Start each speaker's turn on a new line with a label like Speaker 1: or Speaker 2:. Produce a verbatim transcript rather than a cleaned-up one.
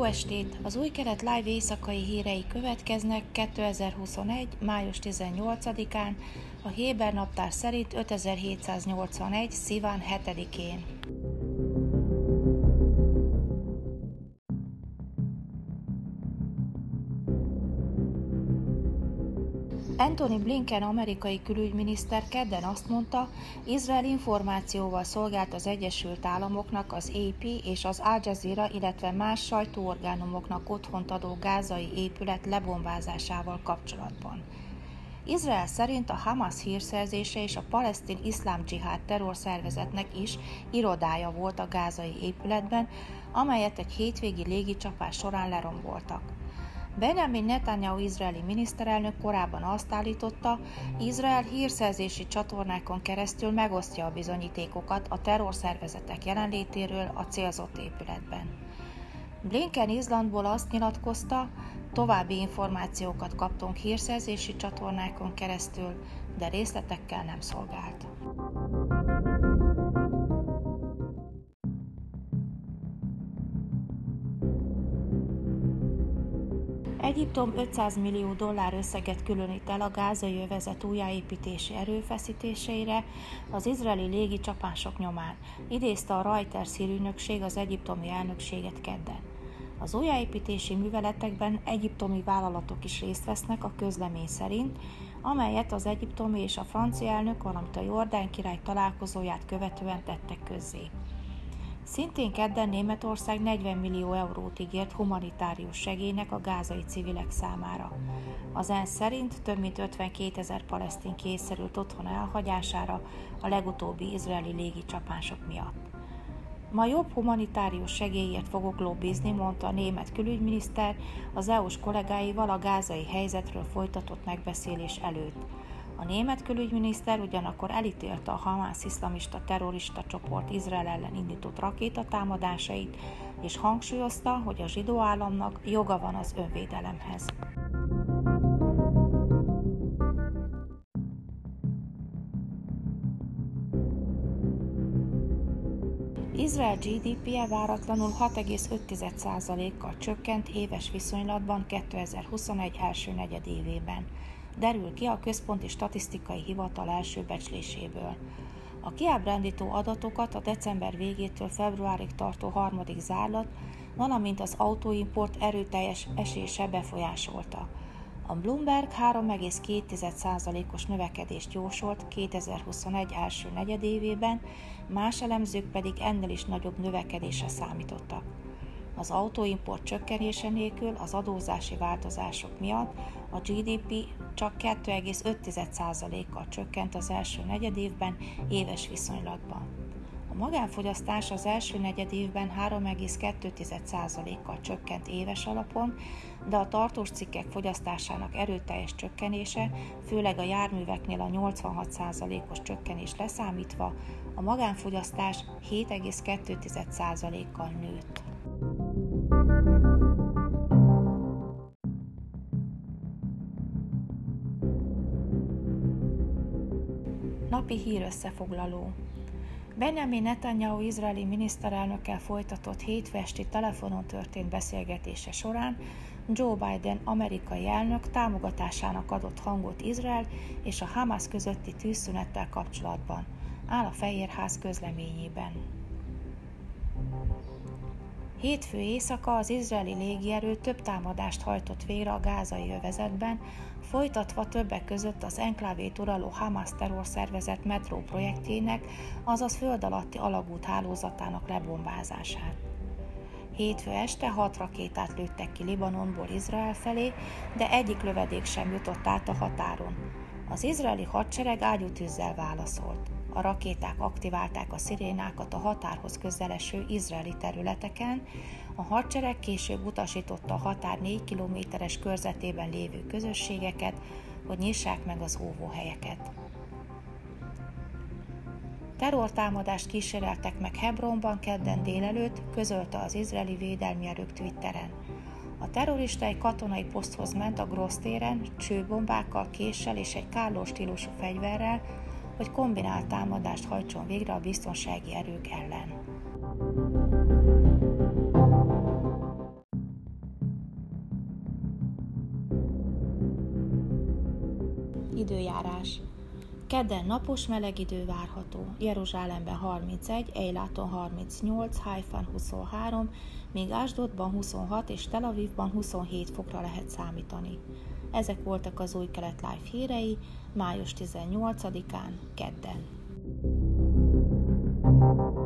Speaker 1: Jó estét! Az Új Kelet Live éjszakai hírei következnek kétezer-huszonegy. május tizennyolcadikán, a Héber naptár szerint ötezer-hétszáznyolcvanegy. Sziván hetedikén. Antony Blinken amerikai külügyminiszter kedden azt mondta, Izrael információval szolgált az Egyesült Államoknak, az á pé és az Al Jazeera, illetve más sajtóorgánumoknak otthont adó gázai épület lebombázásával kapcsolatban. Izrael szerint a Hamas hírszerzése és a palesztin iszlám dzsihád terrorszervezetnek is irodája volt a gázai épületben, amelyet egy hétvégi légicsapás során leromboltak. Benjamin Netanyahu izraeli miniszterelnök korábban azt állította, Izrael hírszerzési csatornákon keresztül megosztja a bizonyítékokat a terrorszervezetek jelenlétéről a célzott épületben. Blinken Izlandból azt nyilatkozta, további információkat kaptunk hírszerzési csatornákon keresztül, de részletekkel nem szolgált. Egyiptom ötszáz millió dollár összeget különít el a gázai övezet újjáépítési erőfeszítéseire az izraeli légicsapások nyomán, idézte a Reuters hírügynökség az egyiptomi elnökséget kedden. Az újjáépítési műveletekben egyiptomi vállalatok is részt vesznek a közlemény szerint, amelyet az egyiptomi és a francia elnök, valamint a Jordán király találkozóját követően tettek közzé. Szintén kedden Németország negyven millió eurót ígért humanitárius segélynek a gázai civilek számára. Az ENSZ szerint több mint ötvenkétezer palesztin kényszerült otthon elhagyására a legutóbbi izraeli légicsapások miatt. Ma jobb humanitárius segélyért fogok lobbizni, mondta a német külügyminiszter az é u-s kollégáival a gázai helyzetről folytatott megbeszélés előtt. A német külügyminiszter ugyanakkor elítélte a Hamász iszlamista terrorista csoport Izrael ellen indított rakétatámadásait, és hangsúlyozta, hogy a zsidó államnak joga van az önvédelemhez. Izrael gé dé pé-je váratlanul hat egész öt százalékkal csökkent éves viszonylatban kétezer-huszonegy első negyedévében. Derül ki a Központi Statisztikai Hivatal első becsléséből. A kiábrándító adatokat a december végétől februárig tartó harmadik zárlat, valamint az autóimport erőteljes esése befolyásolta. A Bloomberg három egész két százalékos növekedést jósolt kétezer-huszonegy első negyedévében, más elemzők pedig ennél is nagyobb növekedésre számítottak. Az autóimport csökkenése nélkül az adózási változások miatt a gé dé pé csak két egész öt százalékkal csökkent az első negyedévben éves viszonylatban. A magánfogyasztás az első negyedévben három egész két százalékkal csökkent éves alapon, de a tartós cikkek fogyasztásának erőteljes csökkenése, főleg a járműveknél a nyolcvanhat százalékos csökkenés leszámítva, a magánfogyasztás hét egész két százalékkal nőtt. Napi hírösszefoglaló. Benjamin Netanyahu izraeli miniszterelnökkel folytatott hétfő esti telefonon történt beszélgetése során Joe Biden amerikai elnök támogatásának adott hangot Izrael és a Hamas közötti tűzszünettel kapcsolatban, áll a Fehérház közleményében. Hétfő éjszaka az izraeli légierő több támadást hajtott végre a gázai övezetben, folytatva többek között az enklávét uraló Hamas terrorszervezet metró projektjének, azaz föld alatti alagút hálózatának lebombázását. Hétfő este hat rakétát lőttek ki Libanonból Izrael felé, de egyik lövedék sem jutott át a határon. Az izraeli hadsereg ágyútűzzel válaszolt. A rakéták aktiválták a szirénákat a határhoz közeleső izraeli területeken, a hadsereg később utasította a határ négy kilométeres körzetében lévő közösségeket, hogy nyissák meg az óvóhelyeket. Terrortámadást kíséreltek meg Hebronban kedden délelőtt, közölte az izraeli védelmi erők Twitteren. A terrorista egy katonai poszthoz ment a Grossz téren, csőbombákkal, késsel és egy kárló stílusú fegyverrel, hogy kombinált támadást hajtson végre a biztonsági erők ellen. Időjárás. Kedden napos meleg idő várható. Jeruzsálemben harmincegy, Eiláton harmincnyolc, Haifán huszonhárom, míg Ásdodban huszonhat és Tel Avivban huszonhét fokra lehet számítani. Ezek voltak az Új Kelet Live hírei május tizennyolcadikán, kedden.